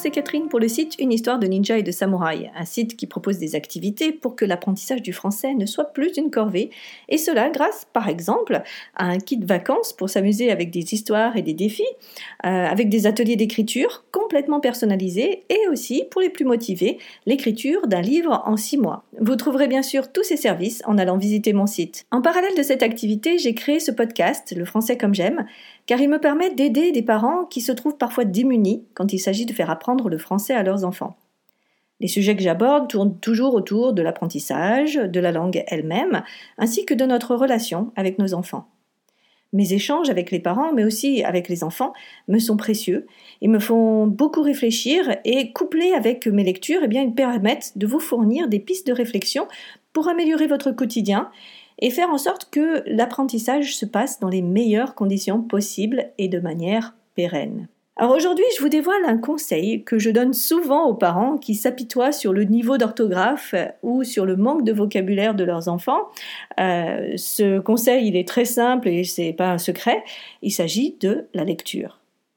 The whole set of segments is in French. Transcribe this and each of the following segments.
c'est Catherine pour le site Une histoire de ninja et de samouraï, un site qui propose des activités pour que l'apprentissage du français ne soit plus une corvée, et cela grâce, par exemple, à un kit vacances pour s'amuser avec des histoires et des défis, avec des ateliers d'écriture complètement personnalisés, et aussi, pour les plus motivés, l'écriture d'un livre en 6 mois. Vous trouverez bien sûr tous ces services en allant visiter mon site. En parallèle de cette activité, j'ai créé ce podcast, Le français comme j'aime, car il me permet d'aider des parents qui se trouvent parfois démunis quand il s'agit de faire apprendre le français à leurs enfants. Les sujets que j'aborde tournent toujours autour de l'apprentissage, de la langue elle-même, ainsi que de notre relation avec nos enfants. Mes échanges avec les parents, mais aussi avec les enfants, me sont précieux et me font beaucoup réfléchir et couplés avec mes lectures, ils me permettent de vous fournir des pistes de réflexion pour améliorer votre quotidien et faire en sorte que l'apprentissage se passe dans les meilleures conditions possibles et de manière pérenne. Alors aujourd'hui, je vous dévoile un conseil que je donne souvent aux parents qui s'apitoient sur le niveau d'orthographe ou sur le manque de vocabulaire de leurs enfants. Ce conseil, il est très simple et c'est pas un secret. Il s'agit de la lecture.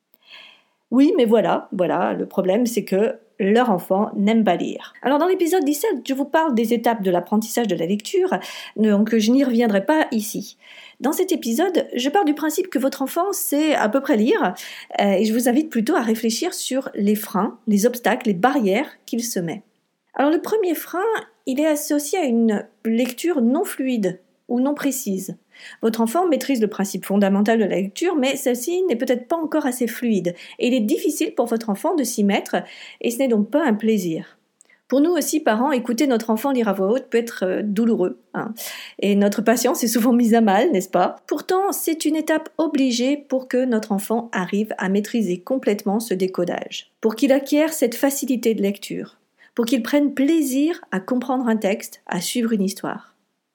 Oui, mais voilà, le problème, c'est que leur enfant n'aime pas lire. Alors dans l'épisode 17, je vous parle des étapes de l'apprentissage de la lecture, donc je n'y reviendrai pas ici. Dans cet épisode, je pars du principe que votre enfant sait à peu près lire, et je vous invite plutôt à réfléchir sur les freins, les obstacles, les barrières qu'il se met. Alors le premier frein, il est associé à une lecture non fluide ou non précise. Votre enfant maîtrise le principe fondamental de la lecture, mais celle-ci n'est peut-être pas encore assez fluide, et il est difficile pour votre enfant de s'y mettre, et ce n'est donc pas un plaisir. Pour nous aussi, parents, écouter notre enfant lire à voix haute peut être douloureux, et notre patience est souvent mise à mal, n'est-ce pas ? Pourtant, c'est une étape obligée pour que notre enfant arrive à maîtriser complètement ce décodage, pour qu'il acquiert cette facilité de lecture, pour qu'il prenne plaisir à comprendre un texte, à suivre une histoire.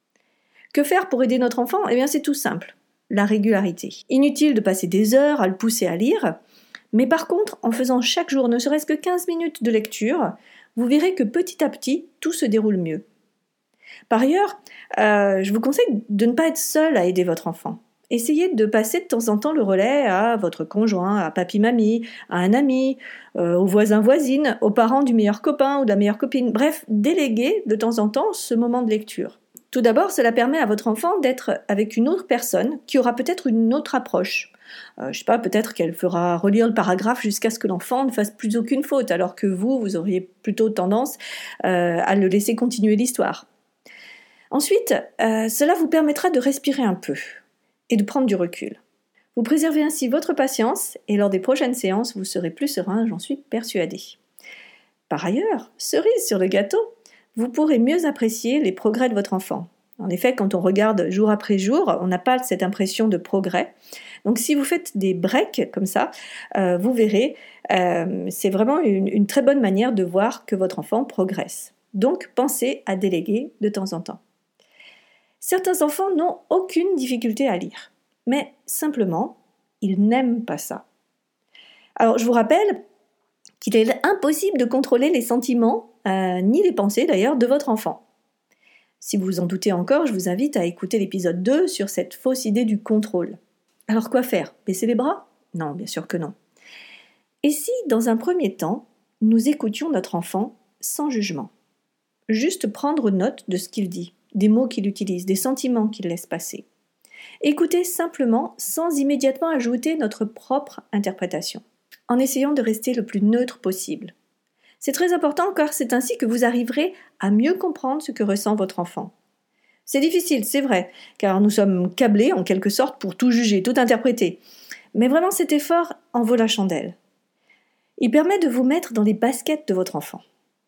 Que faire pour aider notre enfant ? C'est tout simple, la régularité. Inutile de passer des heures à le pousser à lire, mais par contre, en faisant chaque jour ne serait-ce que 15 minutes de lecture, vous verrez que petit à petit, tout se déroule mieux. Par ailleurs, je vous conseille de ne pas être seul à aider votre enfant. Essayez de passer de temps en temps le relais à votre conjoint, à papy-mamie, à un ami, aux voisins-voisines, aux parents du meilleur copain ou de la meilleure copine. Bref, déléguez de temps en temps ce moment de lecture. Tout d'abord, cela permet à votre enfant d'être avec une autre personne qui aura peut-être une autre approche. Peut-être qu'elle fera relire le paragraphe jusqu'à ce que l'enfant ne fasse plus aucune faute, alors que vous auriez plutôt tendance à le laisser continuer l'histoire. Ensuite, cela vous permettra de respirer un peu et de prendre du recul. Vous préservez ainsi votre patience et lors des prochaines séances, vous serez plus serein, j'en suis persuadée. Par ailleurs, cerise sur le gâteau, vous pourrez mieux apprécier les progrès de votre enfant. En effet, quand on regarde jour après jour, on n'a pas cette impression de progrès. Donc si vous faites des breaks comme ça, vous verrez, c'est vraiment une très bonne manière de voir que votre enfant progresse. Donc pensez à déléguer de temps en temps. Certains enfants n'ont aucune difficulté à lire, mais simplement, ils n'aiment pas ça. Alors je vous rappelle qu'il est impossible de contrôler les sentiments, ni les pensées d'ailleurs, de votre enfant. Si vous en doutez encore, je vous invite à écouter l'épisode 2 sur cette fausse idée du contrôle. Alors quoi faire ? Baisser les bras ? Non, bien sûr que non. Et si, dans un premier temps, nous écoutions notre enfant sans jugement ? Juste prendre note de ce qu'il dit, des mots qu'il utilise, des sentiments qu'il laisse passer. Écouter simplement, sans immédiatement ajouter notre propre interprétation, en essayant de rester le plus neutre possible. C'est très important car c'est ainsi que vous arriverez à mieux comprendre ce que ressent votre enfant. C'est difficile, c'est vrai, car nous sommes câblés en quelque sorte pour tout juger, tout interpréter. Mais vraiment cet effort en vaut la chandelle. Il permet de vous mettre dans les baskets de votre enfant.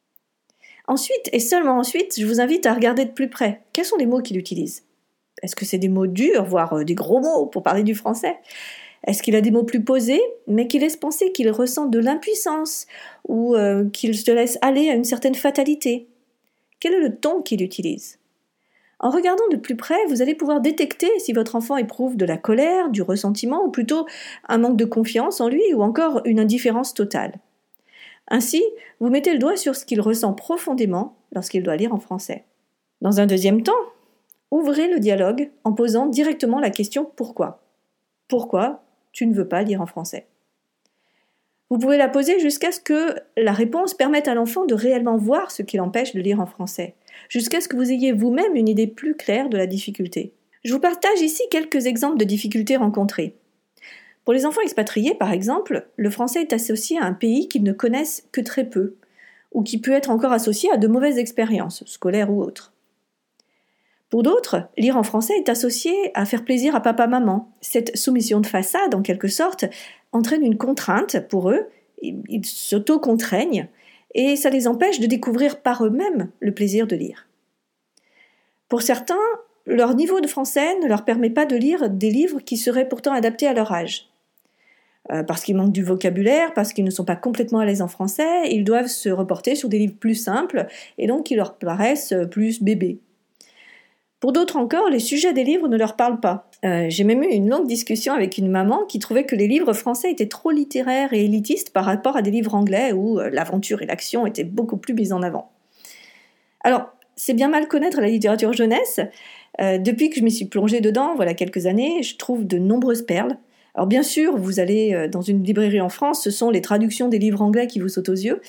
Ensuite, et seulement ensuite, je vous invite à regarder de plus près. Quels sont les mots qu'il utilise ? Est-ce que c'est des mots durs, voire des gros mots pour parler du français ? Est-ce qu'il a des mots plus posés, mais qui laissent penser qu'il ressent de l'impuissance ou qu'il se laisse aller à une certaine fatalité ? Quel est le ton qu'il utilise ? En regardant de plus près, vous allez pouvoir détecter si votre enfant éprouve de la colère, du ressentiment, ou plutôt un manque de confiance en lui, ou encore une indifférence totale. Ainsi, vous mettez le doigt sur ce qu'il ressent profondément lorsqu'il doit lire en français. Dans un deuxième temps, ouvrez le dialogue en posant directement la question « Pourquoi ?» Pourquoi tu ne veux pas lire en français ? Vous pouvez la poser jusqu'à ce que la réponse permette à l'enfant de réellement voir ce qui l'empêche de lire en français, jusqu'à ce que vous ayez vous-même une idée plus claire de la difficulté. Je vous partage ici quelques exemples de difficultés rencontrées. Pour les enfants expatriés, par exemple, le français est associé à un pays qu'ils ne connaissent que très peu, ou qui peut être encore associé à de mauvaises expériences, scolaires ou autres. Pour d'autres, lire en français est associé à faire plaisir à papa-maman. Cette soumission de façade, en quelque sorte, entraîne une contrainte pour eux, ils s'auto-contraignent, et ça les empêche de découvrir par eux-mêmes le plaisir de lire. Pour certains, leur niveau de français ne leur permet pas de lire des livres qui seraient pourtant adaptés à leur âge. Parce qu'ils manquent du vocabulaire, parce qu'ils ne sont pas complètement à l'aise en français, ils doivent se reporter sur des livres plus simples, et donc qui leur paraissent plus bébés. Pour d'autres encore, les sujets des livres ne leur parlent pas. J'ai même eu une longue discussion avec une maman qui trouvait que les livres français étaient trop littéraires et élitistes par rapport à des livres anglais où l'aventure et l'action étaient beaucoup plus mises en avant. Alors, c'est bien mal connaître la littérature jeunesse. Depuis que je m'y suis plongée dedans, voilà quelques années, je trouve de nombreuses perles. Alors bien sûr, vous allez dans une librairie en France, ce sont les traductions des livres anglais qui vous sautent aux yeux.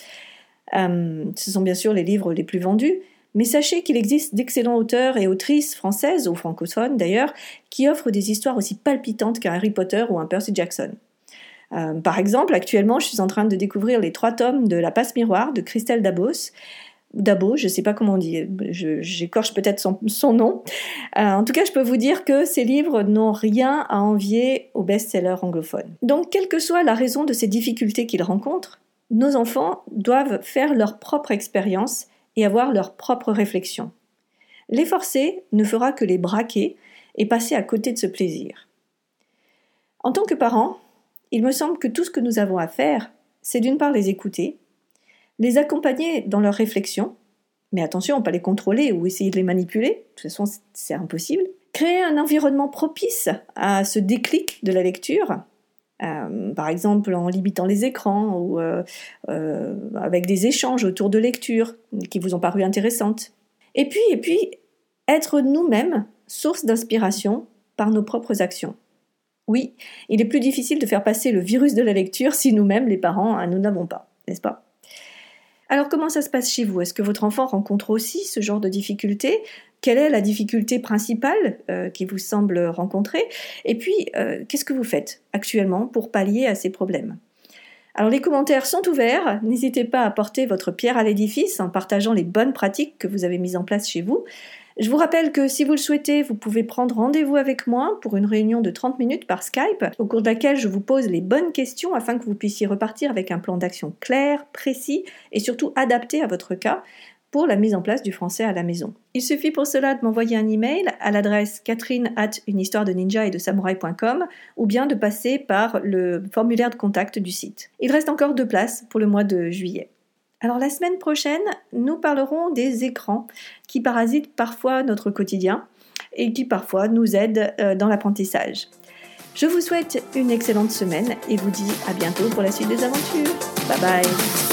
Ce sont bien sûr les livres les plus vendus. Mais sachez qu'il existe d'excellents auteurs et autrices françaises, ou francophones d'ailleurs, qui offrent des histoires aussi palpitantes qu'un Harry Potter ou un Percy Jackson. Par exemple, actuellement, je suis en train de découvrir les 3 tomes de La Passe-Miroir de Christelle Dabos. Dabo, je ne sais pas comment on dit, j'écorche peut-être son nom. En tout cas, je peux vous dire que ces livres n'ont rien à envier aux best-sellers anglophones. Donc, quelle que soit la raison de ces difficultés qu'ils rencontrent, nos enfants doivent faire leur propre expérience et avoir leur propre réflexion. Les forcer ne fera que les braquer et passer à côté de ce plaisir. En tant que parents, il me semble que tout ce que nous avons à faire, c'est d'une part les écouter, les accompagner dans leur réflexion, mais attention, pas les contrôler ou essayer de les manipuler, de toute façon c'est impossible, créer un environnement propice à ce déclic de la lecture, par exemple en limitant les écrans ou avec des échanges autour de lectures qui vous ont paru intéressantes. Et puis, être nous-mêmes source d'inspiration par nos propres actions. Oui, il est plus difficile de faire passer le virus de la lecture si nous-mêmes, les parents, nous n'avons pas, n'est-ce pas ? Alors comment ça se passe chez vous ? Est-ce que votre enfant rencontre aussi ce genre de difficultés ? Quelle est la difficulté principale qui vous semble rencontrer ? Et puis, qu'est-ce que vous faites actuellement pour pallier à ces problèmes ? Alors les commentaires sont ouverts, n'hésitez pas à apporter votre pierre à l'édifice en partageant les bonnes pratiques que vous avez mises en place chez vous. Je vous rappelle que si vous le souhaitez, vous pouvez prendre rendez-vous avec moi pour une réunion de 30 minutes par Skype, au cours de laquelle je vous pose les bonnes questions afin que vous puissiez repartir avec un plan d'action clair, précis et surtout adapté à votre cas pour la mise en place du français à la maison. Il suffit pour cela de m'envoyer un email à l'adresse catherine@unehistoiredeninja.com ou bien de passer par le formulaire de contact du site. Il reste encore 2 places pour le mois de juillet. Alors la semaine prochaine, nous parlerons des écrans qui parasitent parfois notre quotidien et qui parfois nous aident dans l'apprentissage. Je vous souhaite une excellente semaine et vous dis à bientôt pour la suite des aventures. Bye bye.